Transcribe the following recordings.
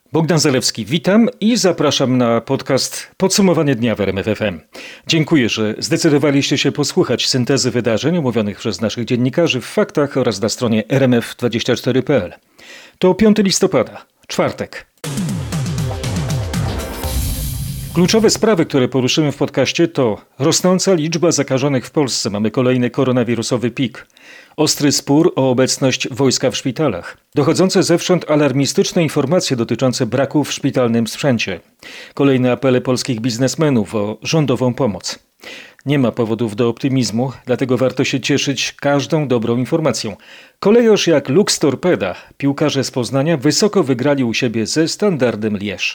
Bogdan Zalewski, witam i zapraszam na podcast Podsumowanie dnia w RMF FM. Dziękuję, że zdecydowaliście się posłuchać syntezy wydarzeń omówionych przez naszych dziennikarzy w Faktach oraz na stronie rmf24.pl. To 5 listopada, czwartek. Kluczowe sprawy, które poruszymy w podcaście to rosnąca liczba zakażonych w Polsce. Mamy kolejny koronawirusowy pik. Ostry spór o obecność wojska w szpitalach. Dochodzące zewsząd alarmistyczne informacje dotyczące braków w szpitalnym sprzęcie. Kolejne apele polskich biznesmenów o rządową pomoc. Nie ma powodów do optymizmu, dlatego warto się cieszyć każdą dobrą informacją. Kolejorz jak Lux Torpeda, piłkarze z Poznania wysoko wygrali u siebie ze Standardem Liège.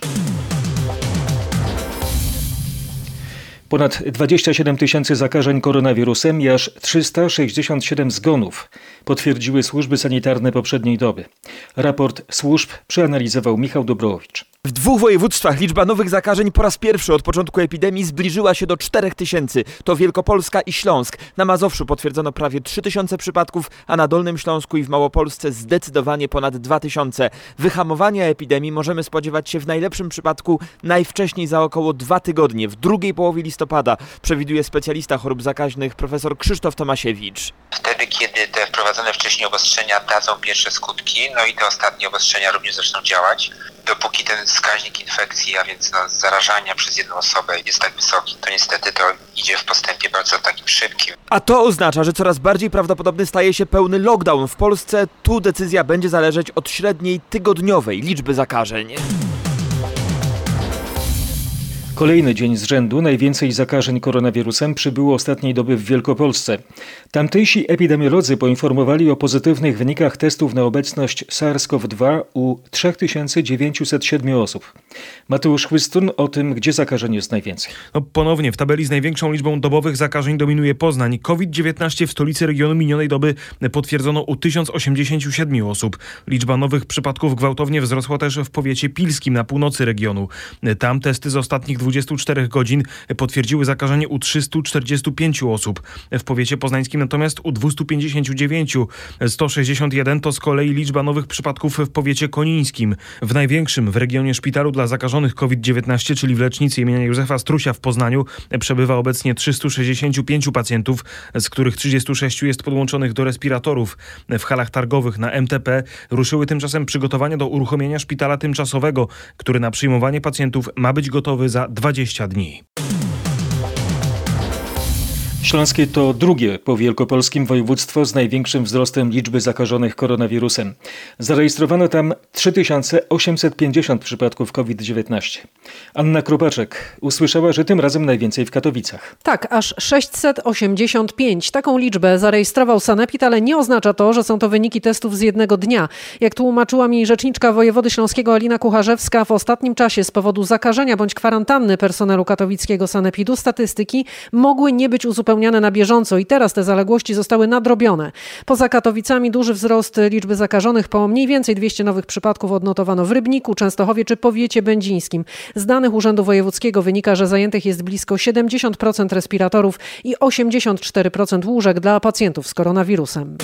Ponad 27 tysięcy zakażeń koronawirusem i aż 367 zgonów potwierdziły służby sanitarne poprzedniej doby. Raport służb przeanalizował Michał Dobrowicz. W 2 województwach liczba nowych zakażeń po raz pierwszy od początku epidemii zbliżyła się do 4 tysięcy. To Wielkopolska i Śląsk. Na Mazowszu potwierdzono prawie 3 tysiące przypadków, a na Dolnym Śląsku i w Małopolsce zdecydowanie ponad 2 tysiące. Wyhamowania epidemii możemy spodziewać się w najlepszym przypadku najwcześniej za około 2 tygodnie, w drugiej połowie listopada, przewiduje specjalista chorób zakaźnych profesor Krzysztof Tomasiewicz. Wtedy, kiedy te wprowadzone wcześniej obostrzenia dadzą pierwsze skutki, no i te ostatnie obostrzenia również zaczną działać, dopóki ten wskaźnik infekcji, a więc zarażania przez jedną osobę jest tak wysoki, to niestety to idzie w postępie bardzo takim szybkim. A to oznacza, że coraz bardziej prawdopodobny staje się pełny lockdown w Polsce. Tu decyzja będzie zależeć od średniej tygodniowej liczby zakażeń. Kolejny dzień z rzędu najwięcej zakażeń koronawirusem przybyło ostatniej doby w Wielkopolsce. Tamtejsi epidemiolodzy poinformowali o pozytywnych wynikach testów na obecność SARS-CoV-2 u 3907 osób. Mateusz Chwystun o tym, gdzie zakażeń jest najwięcej. Ponownie w tabeli z największą liczbą dobowych zakażeń dominuje Poznań. COVID-19 w stolicy regionu minionej doby potwierdzono u 1087 osób. Liczba nowych przypadków gwałtownie wzrosła też w powiecie pilskim na północy regionu. Tam testy z ostatnich 24 godzin potwierdziły zakażenie u 345 osób. W powiecie poznańskim natomiast u 259. 161 to z kolei liczba nowych przypadków w powiecie konińskim. W największym w regionie szpitalu dla zakażonych COVID-19, czyli w lecznicy imienia Józefa Strusia w Poznaniu, przebywa obecnie 365 pacjentów, z których 36 jest podłączonych do respiratorów. W halach targowych na MTP ruszyły tymczasem przygotowania do uruchomienia szpitala tymczasowego, który na przyjmowanie pacjentów ma być gotowy za 20 dni. Śląskie to drugie po wielkopolskim województwo z największym wzrostem liczby zakażonych koronawirusem. Zarejestrowano tam 3850 przypadków COVID-19. Anna Krupaczek usłyszała, że tym razem najwięcej w Katowicach. Tak, aż 685. Taką liczbę zarejestrował sanepid, ale nie oznacza to, że są to wyniki testów z jednego dnia. Jak tłumaczyła mi rzeczniczka wojewody śląskiego Alina Kucharzewska, w ostatnim czasie z powodu zakażenia bądź kwarantanny personelu katowickiego sanepidu statystyki mogły nie być uzupełnione na bieżąco i teraz te zaległości zostały nadrobione. Poza Katowicami duży wzrost liczby zakażonych, po mniej więcej 200 nowych przypadków odnotowano w Rybniku, Częstochowie czy powiecie będzińskim. Z danych Urzędu Wojewódzkiego wynika, że zajętych jest blisko 70% respiratorów i 84% łóżek dla pacjentów z koronawirusem.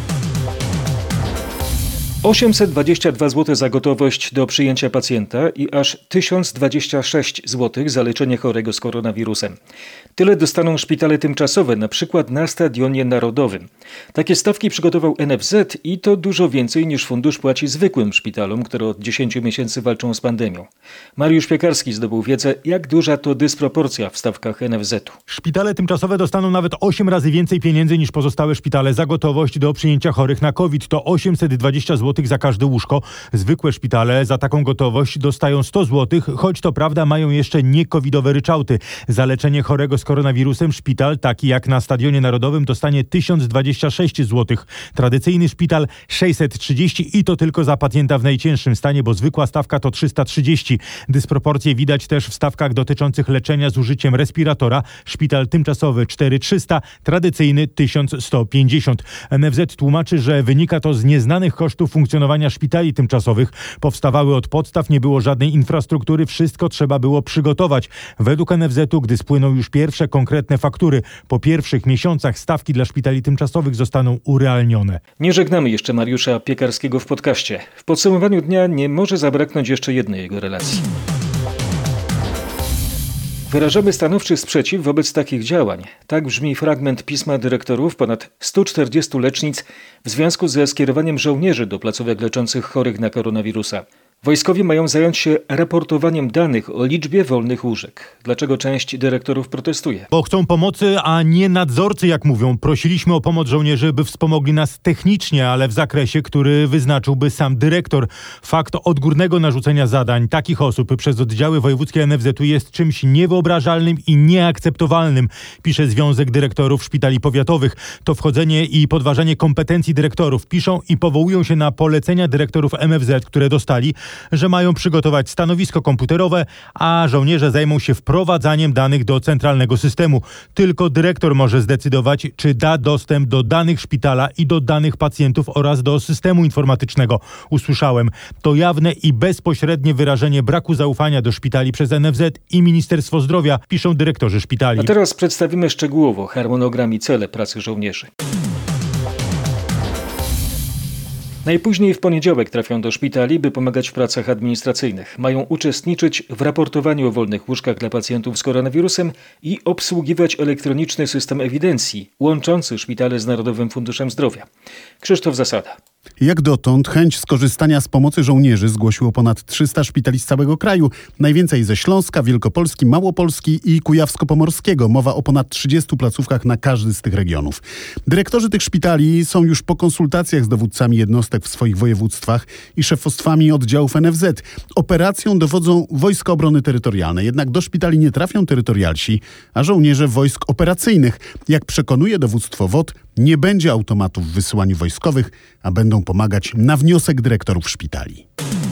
822 zł za gotowość do przyjęcia pacjenta i aż 1026 zł za leczenie chorego z koronawirusem. Tyle dostaną szpitale tymczasowe, na przykład na Stadionie Narodowym. Takie stawki przygotował NFZ i to dużo więcej niż fundusz płaci zwykłym szpitalom, które od 10 miesięcy walczą z pandemią. Mariusz Piekarski zdobył wiedzę, jak duża to dysproporcja w stawkach NFZ-u. Szpitale tymczasowe dostaną nawet 8 razy więcej pieniędzy niż pozostałe szpitale za gotowość do przyjęcia chorych na COVID. To 820 zł za każde łóżko. Zwykłe szpitale za taką gotowość dostają 100 zł, choć to prawda mają jeszcze nie-covidowe ryczałty. Za leczenie chorego z koronawirusem szpital, taki jak na Stadionie Narodowym, dostanie 1026 zł. Tradycyjny szpital 630 i to tylko za pacjenta w najcięższym stanie, bo zwykła stawka to 330. Dysproporcje widać też w stawkach dotyczących leczenia z użyciem respiratora. Szpital tymczasowy 4300, tradycyjny 1150. NFZ tłumaczy, że wynika to z nieznanych kosztów funkcjonowania szpitali tymczasowych. Powstawały od podstaw, nie było żadnej infrastruktury, wszystko trzeba było przygotować. Według NFZ-u, gdy spłyną już pierwsze pierwsze konkretne faktury. Po pierwszych miesiącach stawki dla szpitali tymczasowych zostaną urealnione. Nie żegnamy jeszcze Mariusza Piekarskiego w podcaście. W podsumowaniu dnia nie może zabraknąć jeszcze jednej jego relacji. Wyrażamy stanowczy sprzeciw wobec takich działań. Tak brzmi fragment pisma dyrektorów ponad 140 lecznic w związku ze skierowaniem żołnierzy do placówek leczących chorych na koronawirusa. Wojskowi mają zająć się raportowaniem danych o liczbie wolnych łóżek. Dlaczego część dyrektorów protestuje? Bo chcą pomocy, a nie nadzorcy, jak mówią. Prosiliśmy o pomoc żołnierzy, by wspomogli nas technicznie, ale w zakresie, który wyznaczyłby sam dyrektor. Fakt odgórnego narzucenia zadań takich osób przez oddziały wojewódzkie NFZ-u jest czymś niewyobrażalnym i nieakceptowalnym, pisze Związek Dyrektorów Szpitali Powiatowych. To wchodzenie i podważanie kompetencji dyrektorów. Piszą i powołują się na polecenia dyrektorów MFZ, które dostali, że mają przygotować stanowisko komputerowe, a żołnierze zajmą się wprowadzaniem danych do centralnego systemu. Tylko dyrektor może zdecydować, czy da dostęp do danych szpitala i do danych pacjentów oraz do systemu informatycznego. Usłyszałem. To jawne i bezpośrednie wyrażenie braku zaufania do szpitali przez NFZ i Ministerstwo Zdrowia, piszą dyrektorzy szpitali. A teraz przedstawimy szczegółowo harmonogram i cele pracy żołnierzy. Najpóźniej w poniedziałek trafią do szpitali, by pomagać w pracach administracyjnych. Mają uczestniczyć w raportowaniu o wolnych łóżkach dla pacjentów z koronawirusem i obsługiwać elektroniczny system ewidencji łączący szpitale z Narodowym Funduszem Zdrowia. Krzysztof Zasada. Jak dotąd chęć skorzystania z pomocy żołnierzy zgłosiło ponad 300 szpitali z całego kraju. Najwięcej ze Śląska, Wielkopolski, Małopolski i Kujawsko-Pomorskiego. Mowa o ponad 30 placówkach na każdy z tych regionów. Dyrektorzy tych szpitali są już po konsultacjach z dowódcami jednostek w swoich województwach i szefostwami oddziałów NFZ. Operacją dowodzą Wojska Obrony Terytorialnej. Jednak do szpitali nie trafią terytorialsi, a żołnierze wojsk operacyjnych. Jak przekonuje dowództwo WOT, nie będzie automatów w wysyłaniu wojskowych, a będą pomagać na wniosek dyrektorów szpitali.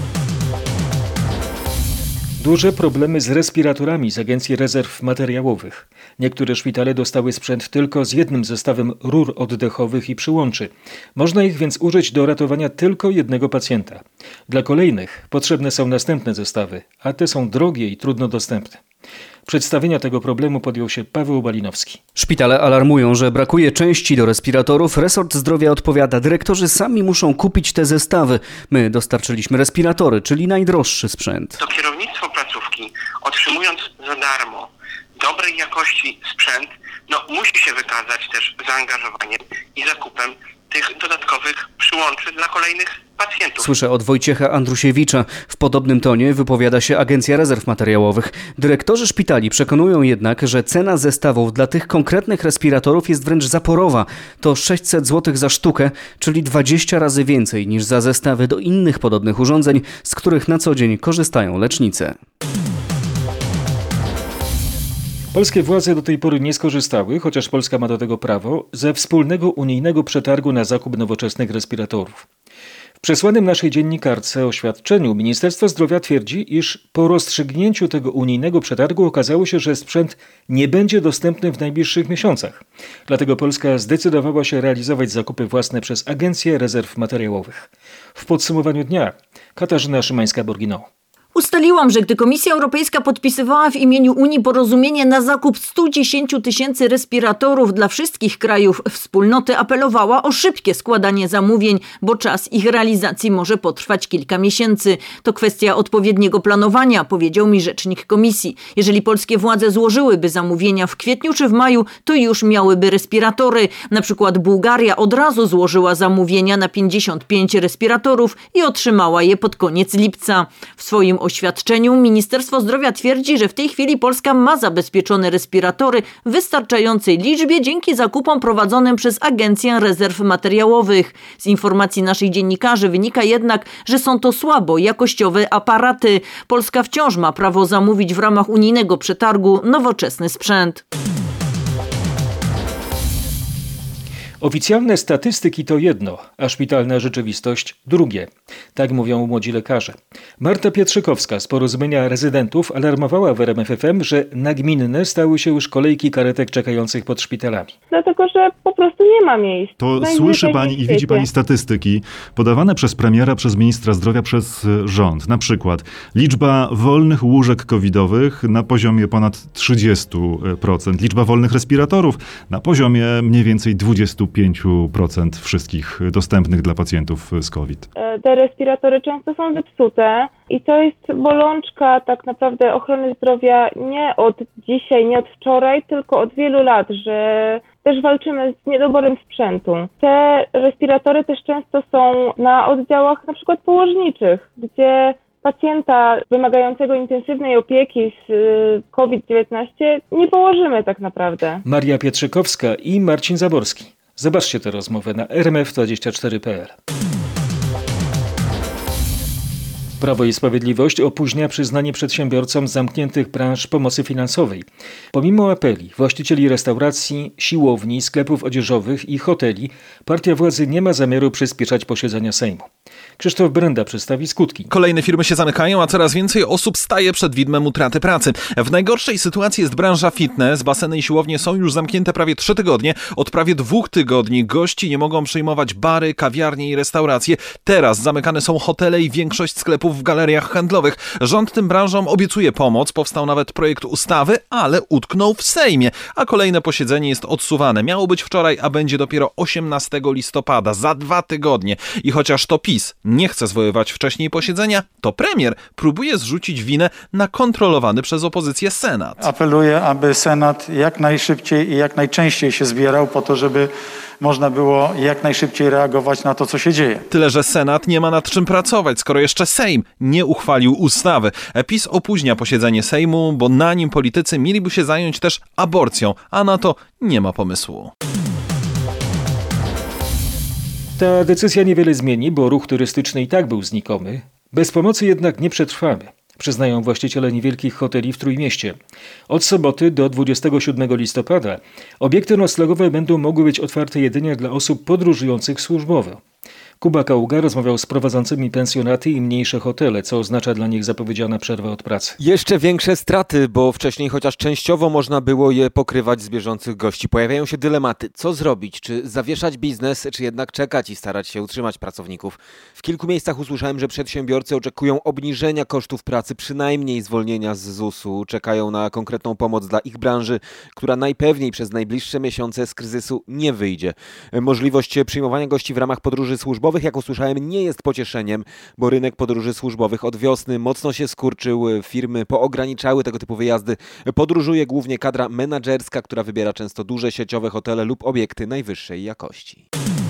Duże problemy z respiratorami z Agencji Rezerw Materiałowych. Niektóre szpitale dostały sprzęt tylko z jednym zestawem rur oddechowych i przyłączy. Można ich więc użyć do ratowania tylko jednego pacjenta. Dla kolejnych potrzebne są następne zestawy, a te są drogie i trudno dostępne. Przedstawienia tego problemu podjął się Paweł Balinowski. Szpitale alarmują, że brakuje części do respiratorów. Resort Zdrowia odpowiada, dyrektorzy sami muszą kupić te zestawy. My dostarczyliśmy respiratory, czyli najdroższy sprzęt. To kierownictwo placówki, otrzymując za darmo dobrej jakości sprzęt, musi się wykazać też zaangażowaniem i zakupem tych dodatkowych przyłączy dla kolejnych pacjentów. Słyszę od Wojciecha Andrusiewicza. W podobnym tonie wypowiada się Agencja Rezerw Materiałowych. Dyrektorzy szpitali przekonują jednak, że cena zestawów dla tych konkretnych respiratorów jest wręcz zaporowa. To 600 zł za sztukę, czyli 20 razy więcej niż za zestawy do innych podobnych urządzeń, z których na co dzień korzystają lecznice. Polskie władze do tej pory nie skorzystały, chociaż Polska ma do tego prawo, ze wspólnego unijnego przetargu na zakup nowoczesnych respiratorów. W przesłanym naszej dziennikarce oświadczeniu Ministerstwo Zdrowia twierdzi, iż po rozstrzygnięciu tego unijnego przetargu okazało się, że sprzęt nie będzie dostępny w najbliższych miesiącach. Dlatego Polska zdecydowała się realizować zakupy własne przez Agencję Rezerw Materiałowych. W podsumowaniu dnia Katarzyna Szymańska-Borginą. Ustaliłam, że gdy Komisja Europejska podpisywała w imieniu Unii porozumienie na zakup 110 000 respiratorów dla wszystkich krajów wspólnoty, apelowała o szybkie składanie zamówień, bo czas ich realizacji może potrwać kilka miesięcy. To kwestia odpowiedniego planowania, powiedział mi rzecznik Komisji. Jeżeli polskie władze złożyłyby zamówienia w kwietniu czy w maju, to już miałyby respiratory. Na przykład Bułgaria od razu złożyła zamówienia na 55 respiratorów i otrzymała je pod koniec lipca. W swoim oświadczeniu Ministerstwo Zdrowia twierdzi, że w tej chwili Polska ma zabezpieczone respiratory w wystarczającej liczbie dzięki zakupom prowadzonym przez Agencję Rezerw Materiałowych. Z informacji naszych dziennikarzy wynika jednak, że są to słabo jakościowe aparaty. Polska wciąż ma prawo zamówić w ramach unijnego przetargu nowoczesny sprzęt. Oficjalne statystyki to jedno, a szpitalna rzeczywistość drugie. Tak mówią młodzi lekarze. Marta Pietrzykowska z Porozumienia Rezydentów alarmowała w RMF FM, że nagminne stały się już kolejki karetek czekających pod szpitalami. Dlatego, że po prostu nie ma miejsc. To słyszy Pani i widzi Pani statystyki podawane przez premiera, przez ministra zdrowia, przez rząd. Na przykład liczba wolnych łóżek covidowych na poziomie ponad 30%, liczba wolnych respiratorów na poziomie mniej więcej 25% wszystkich dostępnych dla pacjentów z COVID. Te respiratory często są zepsute i to jest bolączka tak naprawdę ochrony zdrowia nie od dzisiaj, nie od wczoraj, tylko od wielu lat, że też walczymy z niedoborem sprzętu. Te respiratory też często są na oddziałach na przykład położniczych, gdzie pacjenta wymagającego intensywnej opieki z COVID-19 nie położymy tak naprawdę. Maria Pietrzykowska i Marcin Zaborski. Zobaczcie tę rozmowę na rmf24.pl. Prawo i Sprawiedliwość opóźnia przyznanie przedsiębiorcom zamkniętych branż pomocy finansowej. Pomimo apeli właścicieli restauracji, siłowni, sklepów odzieżowych i hoteli, partia władzy nie ma zamiaru przyspieszać posiedzenia Sejmu. Krzysztof Brenda przedstawi skutki. Kolejne firmy się zamykają, a coraz więcej osób staje przed widmem utraty pracy. W najgorszej sytuacji jest branża fitness. Baseny i siłownie są już zamknięte prawie 3 tygodnie. Od prawie 2 tygodni gości nie mogą przyjmować bary, kawiarnie i restauracje. Teraz zamykane są hotele i większość sklepów w galeriach handlowych. Rząd tym branżom obiecuje pomoc. Powstał nawet projekt ustawy, ale utknął w Sejmie. A kolejne posiedzenie jest odsuwane. Miało być wczoraj, a będzie dopiero 18 listopada, za 2 tygodnie. I chociaż to PiS nie chce zwoływać wcześniej posiedzenia, to premier próbuje zrzucić winę na kontrolowany przez opozycję Senat. Apeluję, aby Senat jak najszybciej i jak najczęściej się zbierał po to, żeby można było jak najszybciej reagować na to, co się dzieje. Tyle, że Senat nie ma nad czym pracować, skoro jeszcze Sejm nie uchwalił ustawy. PiS opóźnia posiedzenie Sejmu, bo na nim politycy mieliby się zająć też aborcją, a na to nie ma pomysłu. Ta decyzja niewiele zmieni, bo ruch turystyczny i tak był znikomy. Bez pomocy jednak nie przetrwamy, przyznają właściciele niewielkich hoteli w Trójmieście. Od soboty do 27 listopada obiekty noclegowe będą mogły być otwarte jedynie dla osób podróżujących służbowo. Kuba Kaługa rozmawiał z prowadzącymi pensjonaty i mniejsze hotele, co oznacza dla nich zapowiedziana przerwa od pracy. Jeszcze większe straty, bo wcześniej chociaż częściowo można było je pokrywać z bieżących gości. Pojawiają się dylematy. Co zrobić? Czy zawieszać biznes, czy jednak czekać i starać się utrzymać pracowników? W kilku miejscach usłyszałem, że przedsiębiorcy oczekują obniżenia kosztów pracy, przynajmniej zwolnienia z ZUS-u. Czekają na konkretną pomoc dla ich branży, która najpewniej przez najbliższe miesiące z kryzysu nie wyjdzie. Możliwość przyjmowania gości w ramach podróży służbowych, jak usłyszałem, nie jest pocieszeniem, bo rynek podróży służbowych od wiosny mocno się skurczył, firmy poograniczały tego typu wyjazdy. Podróżuje głównie kadra menadżerska, która wybiera często duże sieciowe hotele lub obiekty najwyższej jakości.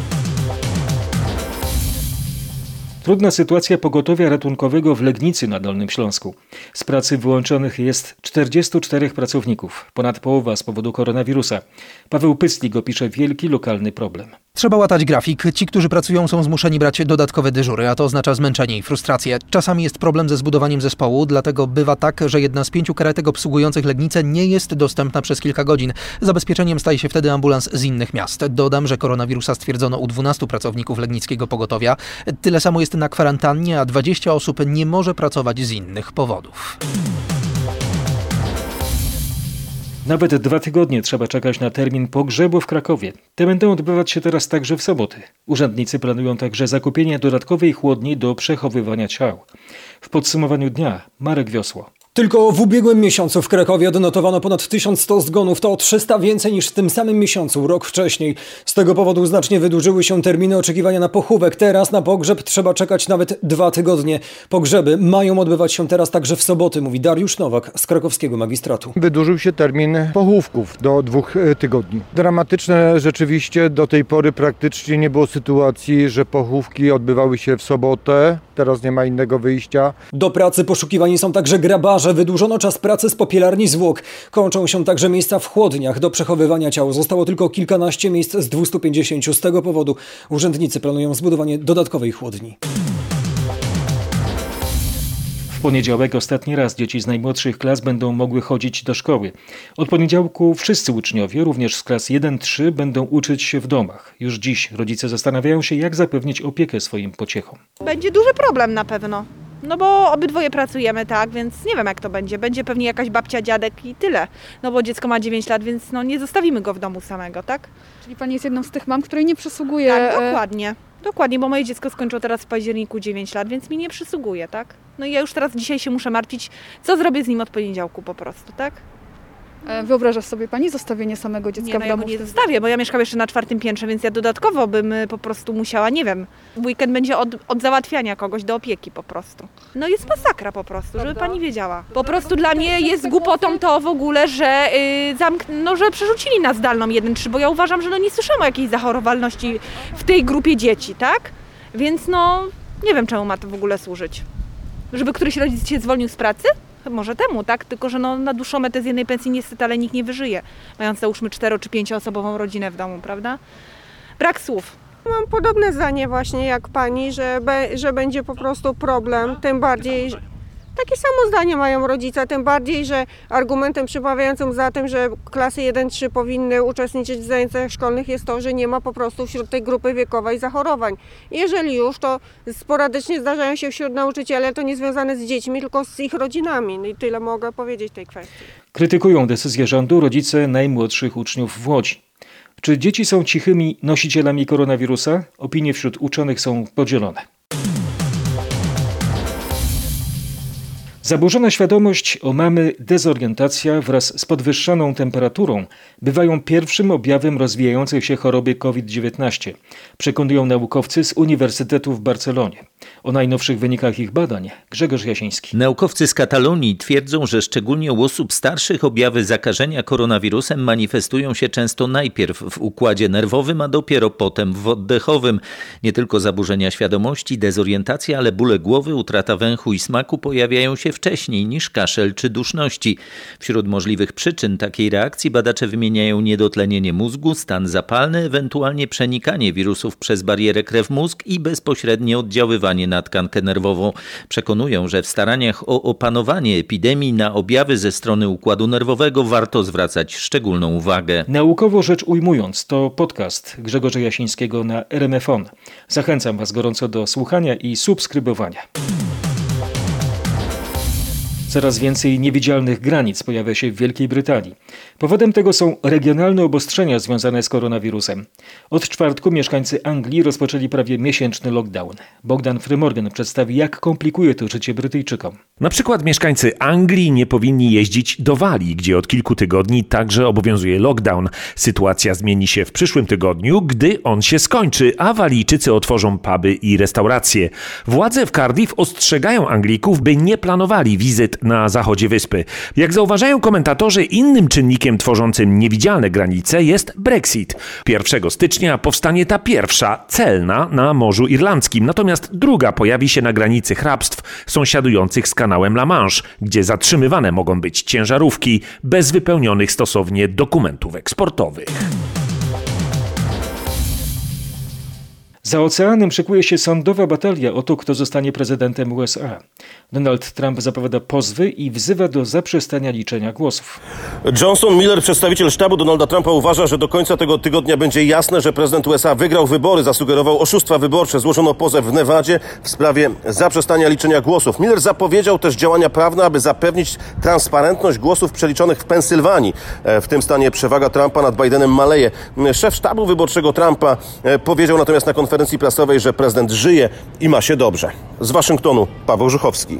Trudna sytuacja pogotowia ratunkowego w Legnicy na Dolnym Śląsku. Z pracy wyłączonych jest 44 pracowników, ponad połowa z powodu koronawirusa. Paweł Pyclik opisze wielki lokalny problem. Trzeba łatać grafik. Ci, którzy pracują, są zmuszeni brać dodatkowe dyżury, a to oznacza zmęczenie i frustrację. Czasami jest problem ze zbudowaniem zespołu, dlatego bywa tak, że jedna z 5 karetek obsługujących Legnicę nie jest dostępna przez kilka godzin. Zabezpieczeniem staje się wtedy ambulans z innych miast. Dodam, że koronawirusa stwierdzono u 12 pracowników legnickiego pogotowia. Tyle samo jest na kwarantannie, a 20 osób nie może pracować z innych powodów. Nawet 2 tygodnie trzeba czekać na termin pogrzebu w Krakowie. Te będą odbywać się teraz także w soboty. Urzędnicy planują także zakupienie dodatkowej chłodni do przechowywania ciał. W podsumowaniu dnia Marek Wiosło. Tylko w ubiegłym miesiącu w Krakowie odnotowano ponad 1100 zgonów. To o 300 więcej niż w tym samym miesiącu, rok wcześniej. Z tego powodu znacznie wydłużyły się terminy oczekiwania na pochówek. Teraz na pogrzeb trzeba czekać nawet 2 tygodnie. Pogrzeby mają odbywać się teraz także w soboty, mówi Dariusz Nowak z krakowskiego magistratu. Wydłużył się termin pochówków do 2 tygodni. Dramatyczne rzeczywiście, do tej pory praktycznie nie było sytuacji, że pochówki odbywały się w sobotę. Teraz nie ma innego wyjścia. Do pracy poszukiwani są także grabarze. Wydłużono czas pracy z popielarni zwłok. Kończą się także miejsca w chłodniach do przechowywania ciał. Zostało tylko kilkanaście miejsc z 250. Z tego powodu urzędnicy planują zbudowanie dodatkowej chłodni. W poniedziałek ostatni raz dzieci z najmłodszych klas będą mogły chodzić do szkoły. Od poniedziałku wszyscy uczniowie, również z klas 1-3, będą uczyć się w domach. Już dziś rodzice zastanawiają się, jak zapewnić opiekę swoim pociechom. Będzie duży problem na pewno. No bo obydwoje pracujemy, tak, więc nie wiem jak to będzie. Będzie pewnie jakaś babcia, dziadek i tyle. No bo dziecko ma 9 lat, więc no nie zostawimy go w domu samego, tak? Czyli pani jest jedną z tych mam, której nie przysługuje... Tak, dokładnie. Dokładnie, bo moje dziecko skończyło teraz w październiku 9 lat, więc mi nie przysługuje, tak? No i ja już teraz dzisiaj się muszę martwić, co zrobię z nim od poniedziałku po prostu, tak? Wyobraża sobie pani zostawienie samego dziecka w domu? Ja go nie zostawię, bo ja mieszkam jeszcze na 4. piętrze, więc ja dodatkowo bym po prostu musiała, nie wiem, weekend będzie od załatwiania kogoś do opieki po prostu. No jest masakra po prostu, żeby pani wiedziała. Po prostu dla mnie jest głupotą to w ogóle, że że przerzucili na zdalną 1-3, bo ja uważam, że nie słyszałam o jakiejś zachorowalności w tej grupie dzieci, tak? Więc nie wiem czemu ma to w ogóle służyć. Żeby któryś rodzic się zwolnił z pracy? Może temu, tak? Tylko że na dłuższą metę z jednej pensji niestety, ale nikt nie wyżyje. Mając załóżmy 4- czy 5-osobową rodzinę w domu, prawda? Brak słów. Mam podobne zdanie właśnie jak pani, że będzie po prostu problem, tym bardziej... Takie samo zdanie mają rodzice, tym bardziej, że argumentem przemawiającym za tym, że klasy 1-3 powinny uczestniczyć w zajęciach szkolnych jest to, że nie ma po prostu wśród tej grupy wiekowej zachorowań. Jeżeli już, to sporadycznie zdarzają się wśród nauczycieli, ale to nie związane z dziećmi, tylko z ich rodzinami. No i tyle mogę powiedzieć w tej kwestii. Krytykują decyzję rządu rodzice najmłodszych uczniów w Łodzi. Czy dzieci są cichymi nosicielami koronawirusa? Opinie wśród uczonych są podzielone. Zaburzona świadomość, omamy, dezorientacja wraz z podwyższoną temperaturą bywają pierwszym objawem rozwijającej się choroby COVID-19, przekonują naukowcy z Uniwersytetu w Barcelonie. O najnowszych wynikach ich badań Grzegorz Jasiński. Naukowcy z Katalonii twierdzą, że szczególnie u osób starszych objawy zakażenia koronawirusem manifestują się często najpierw w układzie nerwowym, a dopiero potem w oddechowym. Nie tylko zaburzenia świadomości, dezorientacja, ale bóle głowy, utrata węchu i smaku pojawiają się wcześniej niż kaszel czy duszności. Wśród możliwych przyczyn takiej reakcji badacze wymieniają niedotlenienie mózgu, stan zapalny, ewentualnie przenikanie wirusów przez barierę krew-mózg i bezpośrednie oddziaływanie na tkankę nerwową. Przekonują, że w staraniach o opanowanie epidemii na objawy ze strony układu nerwowego warto zwracać szczególną uwagę. Naukowo rzecz ujmując, to podcast Grzegorza Jasińskiego na RMFON. Zachęcam Was gorąco do słuchania i subskrybowania. Coraz więcej niewidzialnych granic pojawia się w Wielkiej Brytanii. Powodem tego są regionalne obostrzenia związane z koronawirusem. Od czwartku mieszkańcy Anglii rozpoczęli prawie miesięczny lockdown. Bogdan Frymorgan przedstawi, jak komplikuje to życie Brytyjczykom. Na przykład mieszkańcy Anglii nie powinni jeździć do Walii, gdzie od kilku tygodni także obowiązuje lockdown. Sytuacja zmieni się w przyszłym tygodniu, gdy on się skończy, a Walijczycy otworzą puby i restauracje. Władze w Cardiff ostrzegają Anglików, by nie planowali wizyt na zachodzie wyspy. Jak zauważają komentatorzy, innym czynnikiem tworzącym niewidzialne granice jest Brexit. 1 stycznia powstanie ta pierwsza, celna, na Morzu Irlandzkim, natomiast druga pojawi się na granicy hrabstw sąsiadujących z kanałem La Manche, gdzie zatrzymywane mogą być ciężarówki bez wypełnionych stosownie dokumentów eksportowych. Za oceanem szykuje się sądowa batalia o to, kto zostanie prezydentem USA. Donald Trump zapowiada pozwy i wzywa do zaprzestania liczenia głosów. Johnson Miller, przedstawiciel sztabu Donalda Trumpa, uważa, że do końca tego tygodnia będzie jasne, że prezydent USA wygrał wybory. Zasugerował oszustwa wyborcze. Złożono pozew w Nevadzie w sprawie zaprzestania liczenia głosów. Miller zapowiedział też działania prawne, aby zapewnić transparentność głosów przeliczonych w Pensylwanii. W tym stanie przewaga Trumpa nad Bidenem maleje. Szef sztabu wyborczego Trumpa powiedział natomiast na konferencji prasowej, że prezydent żyje i ma się dobrze. Z Waszyngtonu Paweł Żuchowski.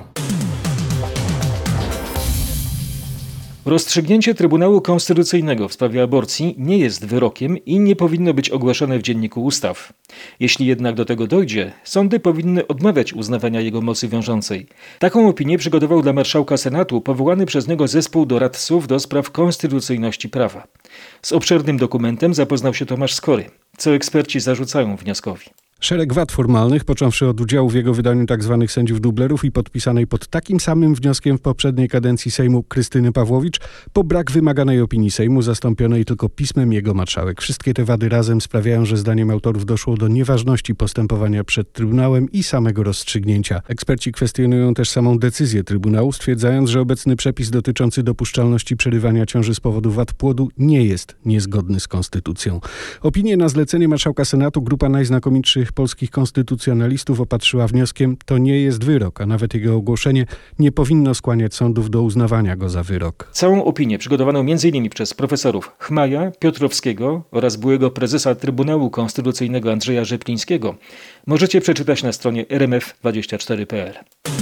Rozstrzygnięcie Trybunału Konstytucyjnego w sprawie aborcji nie jest wyrokiem i nie powinno być ogłaszane w Dzienniku Ustaw. Jeśli jednak do tego dojdzie, sądy powinny odmawiać uznawania jego mocy wiążącej. Taką opinię przygotował dla marszałka Senatu powołany przez niego zespół doradców do spraw konstytucyjności prawa. Z obszernym dokumentem zapoznał się Tomasz Skory. Co eksperci zarzucają wnioskowi? Szereg wad formalnych, począwszy od udziału w jego wydaniu tzw. sędziów dublerów i podpisanej pod takim samym wnioskiem w poprzedniej kadencji Sejmu Krystyny Pawłowicz, po brak wymaganej opinii Sejmu zastąpionej tylko pismem jego marszałek. Wszystkie te wady razem sprawiają, że zdaniem autorów doszło do nieważności postępowania przed Trybunałem i samego rozstrzygnięcia. Eksperci kwestionują też samą decyzję Trybunału, stwierdzając, że obecny przepis dotyczący dopuszczalności przerywania ciąży z powodu wad płodu nie jest niezgodny z konstytucją. Opinię na zlecenie marszałka Senatu grupa najznakomitszych polskich konstytucjonalistów opatrzyła wnioskiem: to nie jest wyrok, a nawet jego ogłoszenie nie powinno skłaniać sądów do uznawania go za wyrok. Całą opinię przygotowaną m.in. przez profesorów Chmaja, Piotrowskiego oraz byłego prezesa Trybunału Konstytucyjnego Andrzeja Rzeplińskiego możecie przeczytać na stronie rmf24.pl.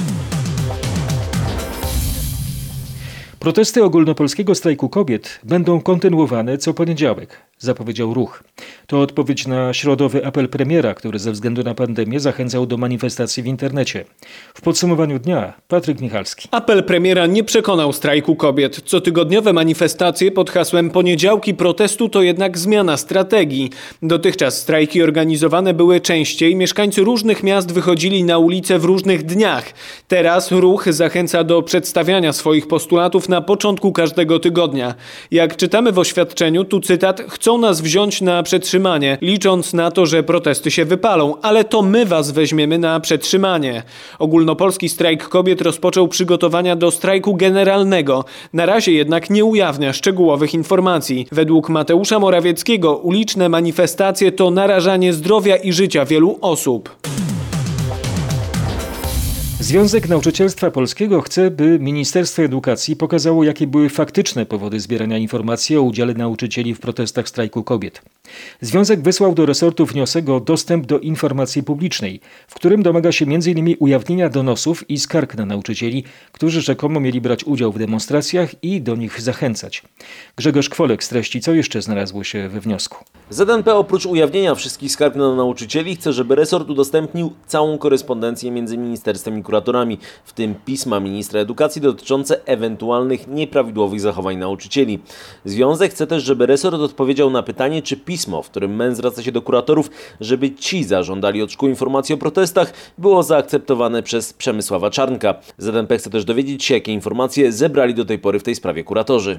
Protesty ogólnopolskiego strajku kobiet będą kontynuowane co poniedziałek, zapowiedział Ruch. To odpowiedź na środowy apel premiera, który ze względu na pandemię zachęcał do manifestacji w internecie. W podsumowaniu dnia Patryk Michalski. Apel premiera nie przekonał strajku kobiet. Cotygodniowe manifestacje pod hasłem poniedziałki protestu to jednak zmiana strategii. Dotychczas strajki organizowane były częściej, mieszkańcy różnych miast wychodzili na ulice w różnych dniach. Teraz Ruch zachęca do przedstawiania swoich postulatów na początku każdego tygodnia. Jak czytamy w oświadczeniu, tu cytat: chcą nas wziąć na przetrzymanie, licząc na to, że protesty się wypalą, ale to my was weźmiemy na przetrzymanie. Ogólnopolski strajk kobiet rozpoczął przygotowania do strajku generalnego. Na razie jednak nie ujawnia szczegółowych informacji. Według Mateusza Morawieckiego uliczne manifestacje to narażanie zdrowia i życia wielu osób. Związek Nauczycielstwa Polskiego chce, by Ministerstwo Edukacji pokazało, jakie były faktyczne powody zbierania informacji o udziale nauczycieli w protestach strajku kobiet. Związek wysłał do resortu wniosek o dostęp do informacji publicznej, w którym domaga się m.in. ujawnienia donosów i skarg na nauczycieli, którzy rzekomo mieli brać udział w demonstracjach i do nich zachęcać. Grzegorz Kwolek streści, co jeszcze znalazło się we wniosku. ZNP oprócz ujawnienia wszystkich skarg na nauczycieli chce, żeby resort udostępnił całą korespondencję między ministerstwem i kuratorami, w tym pisma ministra edukacji dotyczące ewentualnych nieprawidłowych zachowań nauczycieli. Związek chce też, żeby resort odpowiedział na pytanie, czy pismo, w którym MEN zwraca się do kuratorów, żeby ci zażądali od szkół informacji o protestach, było zaakceptowane przez Przemysława Czarnka. ZNP chce też dowiedzieć się, jakie informacje zebrali do tej pory w tej sprawie kuratorzy.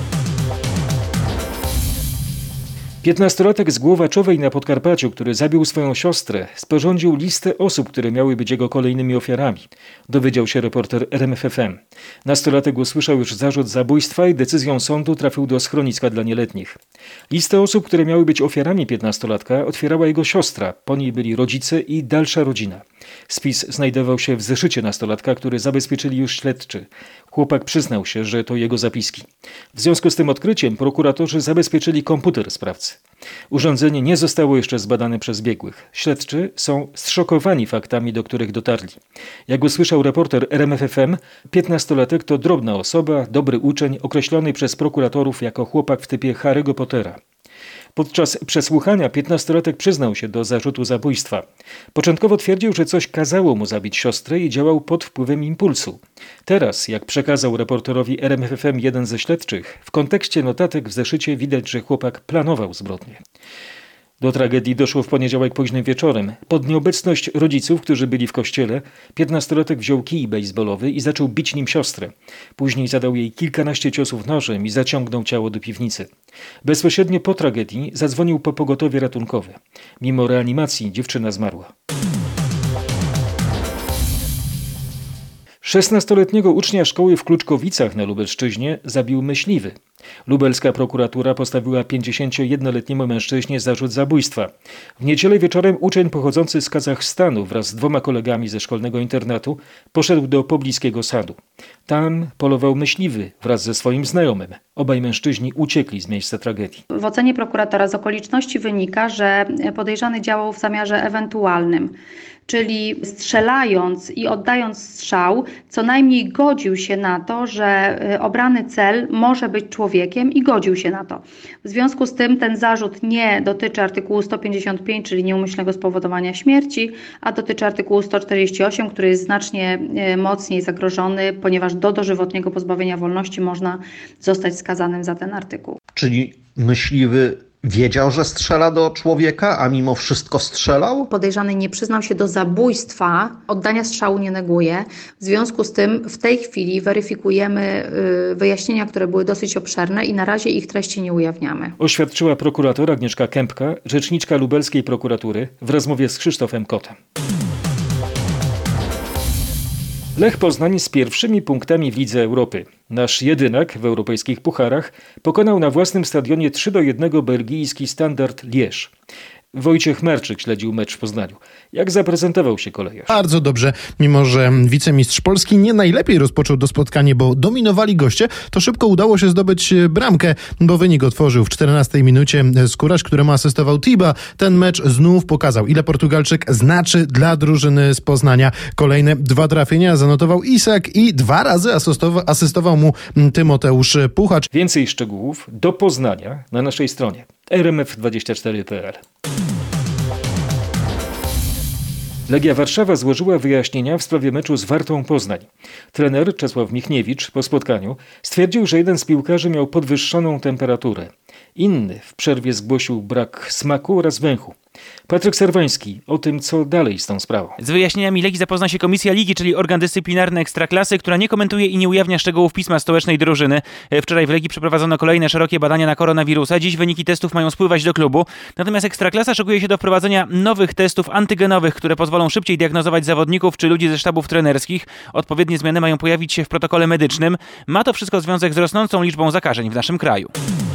15-latek z Głowaczowej na Podkarpaciu, który zabił swoją siostrę, sporządził listę osób, które miały być jego kolejnymi ofiarami. Dowiedział się reporter RMFFM. Nastolatek usłyszał już zarzut zabójstwa i decyzją sądu trafił do schroniska dla nieletnich. Listę osób, które miały być ofiarami 15-latka, otwierała jego siostra. Po niej byli rodzice i dalsza rodzina. Spis znajdował się w zeszycie nastolatka, który zabezpieczyli już śledczy. Chłopak przyznał się, że to jego zapiski. W związku z tym odkryciem prokuratorzy zabezpieczyli komputer sprawcy. Urządzenie nie zostało jeszcze zbadane przez biegłych. Śledczy są zszokowani faktami, do których dotarli. Jak usłyszał reporter RMFFM, 15-latek to drobna osoba, dobry uczeń, określony przez prokuratorów jako chłopak w typie Harry'ego Pottera. Podczas przesłuchania 15-latek przyznał się do zarzutu zabójstwa. Początkowo twierdził, że coś kazało mu zabić siostrę i działał pod wpływem impulsu. Teraz, jak przekazał reporterowi RMFFM jeden ze śledczych, w kontekście notatek w zeszycie widać, że chłopak planował zbrodnię. Do tragedii doszło w poniedziałek późnym wieczorem. Pod nieobecność rodziców, którzy byli w kościele, 15-latek wziął kij bejsbolowy i zaczął bić nim siostrę. Później zadał jej kilkanaście ciosów nożem i zaciągnął ciało do piwnicy. Bezpośrednio po tragedii zadzwonił po pogotowie ratunkowe. Mimo reanimacji dziewczyna zmarła. 16-letniego ucznia szkoły w Kluczkowicach na Lubelszczyźnie zabił myśliwy. Lubelska prokuratura postawiła 51-letniemu mężczyźnie zarzut zabójstwa. W niedzielę wieczorem uczeń pochodzący z Kazachstanu wraz z 2 kolegami ze szkolnego internatu poszedł do pobliskiego sadu. Tam polował myśliwy wraz ze swoim znajomym. Obaj mężczyźni uciekli z miejsca tragedii. W ocenie prokuratora z okoliczności wynika, że podejrzany działał w zamiarze ewentualnym. Czyli strzelając i oddając strzał, co najmniej godził się na to, że obrany cel może być człowiekiem i godził się na to. W związku z tym ten zarzut nie dotyczy artykułu 155, czyli nieumyślnego spowodowania śmierci, a dotyczy artykułu 148, który jest znacznie mocniej zagrożony, ponieważ do dożywotniego pozbawienia wolności można zostać skazanym za ten artykuł. Czyli myśliwy wiedział, że strzela do człowieka, a mimo wszystko strzelał? Podejrzany nie przyznał się do zabójstwa, oddania strzału nie neguje. W związku z tym w tej chwili weryfikujemy wyjaśnienia, które były dosyć obszerne i na razie ich treści nie ujawniamy. Oświadczyła prokurator Agnieszka Kępka, rzeczniczka lubelskiej prokuratury w rozmowie z Krzysztofem Kotem. Lech Poznań z pierwszymi punktami w Lidze Europy. Nasz jedynak w europejskich pucharach pokonał na własnym stadionie 3-1 belgijski Standard Liège. Wojciech Marczyk śledził mecz w Poznaniu. Jak zaprezentował się kolejarz? Bardzo dobrze, mimo że wicemistrz Polski nie najlepiej rozpoczął to spotkanie, bo dominowali goście, to szybko udało się zdobyć bramkę, bo wynik otworzył w 14 minucie Skóraś, któremu asystował Tiba. Ten mecz znów pokazał, ile Portugalczyk znaczy dla drużyny z Poznania. Kolejne 2 trafienia zanotował Isak i 2 razy asystował mu Tymoteusz Puchacz. Więcej szczegółów do Poznania na naszej stronie rmf24.pl. Legia Warszawa złożyła wyjaśnienia w sprawie meczu z Wartą Poznań. Trener Czesław Michniewicz po spotkaniu stwierdził, że jeden z piłkarzy miał podwyższoną temperaturę. Inny w przerwie zgłosił brak smaku oraz węchu. Patryk Serwański o tym, co dalej z tą sprawą. Z wyjaśnieniami Legii zapozna się Komisja Ligi, czyli organ dyscyplinarny Ekstraklasy, która nie komentuje i nie ujawnia szczegółów pisma stołecznej drużyny. Wczoraj w Legii przeprowadzono kolejne szerokie badania na koronawirusa. Dziś wyniki testów mają spływać do klubu. Natomiast Ekstraklasa szykuje się do wprowadzenia nowych testów antygenowych, które pozwolą szybciej diagnozować zawodników czy ludzi ze sztabów trenerskich. Odpowiednie zmiany mają pojawić się w protokole medycznym. Ma to wszystko związek z rosnącą liczbą zakażeń w naszym kraju.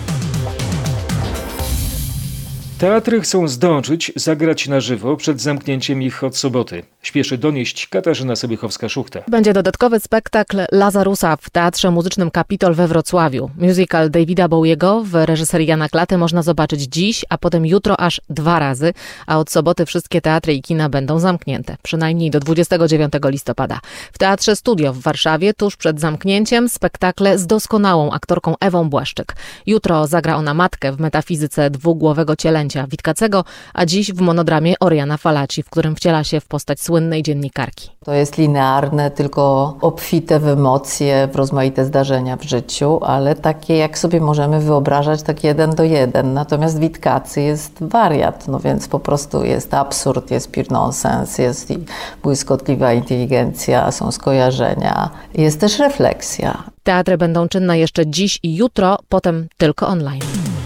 Teatry chcą zdążyć zagrać na żywo przed zamknięciem ich od soboty. Śpieszy donieść Katarzyna Sobiechowska-Szuchta. Będzie dodatkowy spektakl Lazarusa w Teatrze Muzycznym Kapitol we Wrocławiu. Musical Davida Bowiego w reżyserii Jana Klaty można zobaczyć dziś, a potem jutro aż 2 razy, a od soboty wszystkie teatry i kina będą zamknięte, przynajmniej do 29 listopada. W Teatrze Studio w Warszawie tuż przed zamknięciem spektakle z doskonałą aktorką Ewą Błaszczyk. Jutro zagra ona matkę w metafizyce dwugłowego cielęcia Witkacego, a dziś w monodramie Oriana Falaci, w którym wciela się w postać słynnej dziennikarki. To jest linearne, tylko obfite w emocje, w rozmaite zdarzenia w życiu, ale takie jak sobie możemy wyobrażać, tak 1 do 1. Natomiast Witkacy jest wariat, no więc po prostu jest absurd, jest pure nonsens, jest i błyskotliwa inteligencja, są skojarzenia, jest też refleksja. Teatry będą czynne jeszcze dziś i jutro, potem tylko online.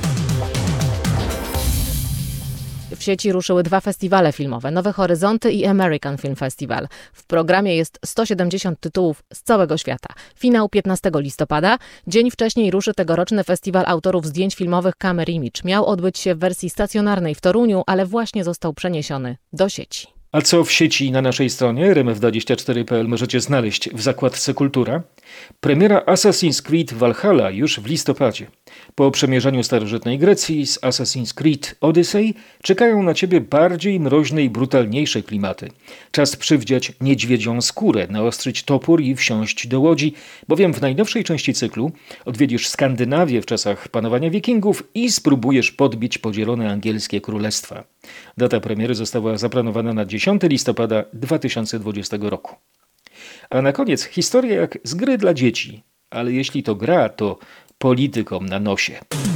W sieci ruszyły 2 festiwale filmowe, Nowe Horyzonty i American Film Festival. W programie jest 170 tytułów z całego świata. Finał 15 listopada. Dzień wcześniej ruszy tegoroczny festiwal autorów zdjęć filmowych Camera Image. Miał odbyć się w wersji stacjonarnej w Toruniu, ale właśnie został przeniesiony do sieci. A co w sieci na naszej stronie rmf24.pl możecie znaleźć w zakładce Kultura? Premiera Assassin's Creed Valhalla już w listopadzie. Po przemierzaniu starożytnej Grecji z Assassin's Creed Odyssey czekają na ciebie bardziej mroźne i brutalniejsze klimaty. Czas przywdziać niedźwiedzią skórę, naostrzyć topór i wsiąść do łodzi, bowiem w najnowszej części cyklu odwiedzisz Skandynawię w czasach panowania Wikingów i spróbujesz podbić podzielone angielskie królestwa. Data premiery została zaplanowana na 10 listopada 2020 roku. A na koniec historia jak z gry dla dzieci, ale jeśli to gra, to politykom na nosie.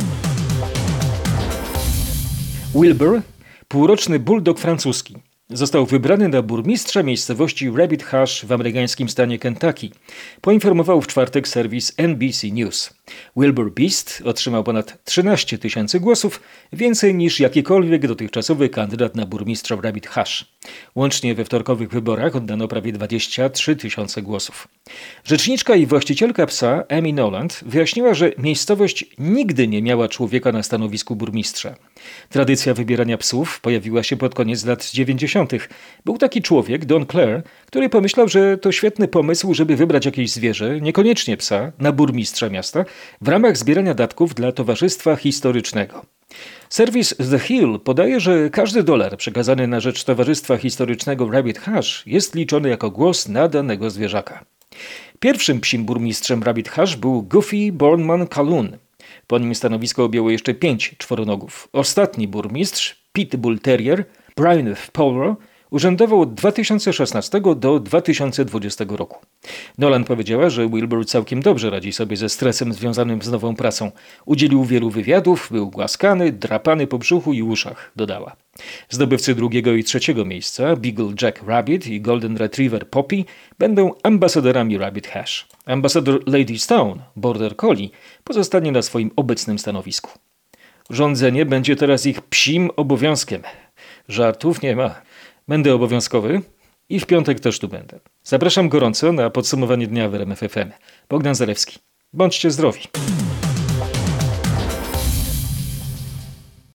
Wilbur, półroczny bulldog francuski, został wybrany na burmistrza miejscowości Rabbit Hash w amerykańskim stanie Kentucky, poinformował w czwartek serwis NBC News. Wilbur Beast otrzymał ponad 13 000 głosów, więcej niż jakikolwiek dotychczasowy kandydat na burmistrza Rabbit Hash. Łącznie we wtorkowych wyborach oddano prawie 23 000 głosów. Rzeczniczka i właścicielka psa Amy Noland wyjaśniła, że miejscowość nigdy nie miała człowieka na stanowisku burmistrza. Tradycja wybierania psów pojawiła się pod koniec lat 90. Był taki człowiek, Don Clare, który pomyślał, że to świetny pomysł, żeby wybrać jakieś zwierzę, niekoniecznie psa, na burmistrza miasta, w ramach zbierania datków dla Towarzystwa Historycznego. Serwis The Hill podaje, że każdy $1 przekazany na rzecz Towarzystwa Historycznego Rabbit Hash jest liczony jako głos na danego zwierzaka. Pierwszym psim burmistrzem Rabbit Hash był Goofy Bourneman Calhoun. Po nim stanowisko objęło jeszcze 5 czworonogów. Ostatni burmistrz, Pit Bull Terrier, Brian Powell, urzędował od 2016 do 2020 roku. Nolan powiedziała, że Wilbur całkiem dobrze radzi sobie ze stresem związanym z nową pracą. Udzielił wielu wywiadów, był głaskany, drapany po brzuchu i uszach, dodała. Zdobywcy 2. i 3. miejsca, Beagle Jack Rabbit i Golden Retriever Poppy, będą ambasadorami Rabbit Hash. Ambasador Lady Stone, Border Collie, pozostanie na swoim obecnym stanowisku. Rządzenie będzie teraz ich psim obowiązkiem. Żartów nie ma. Będę obowiązkowy i w piątek też tu będę. Zapraszam gorąco na podsumowanie dnia w RMF FM. Bogdan Zalewski. Bądźcie zdrowi.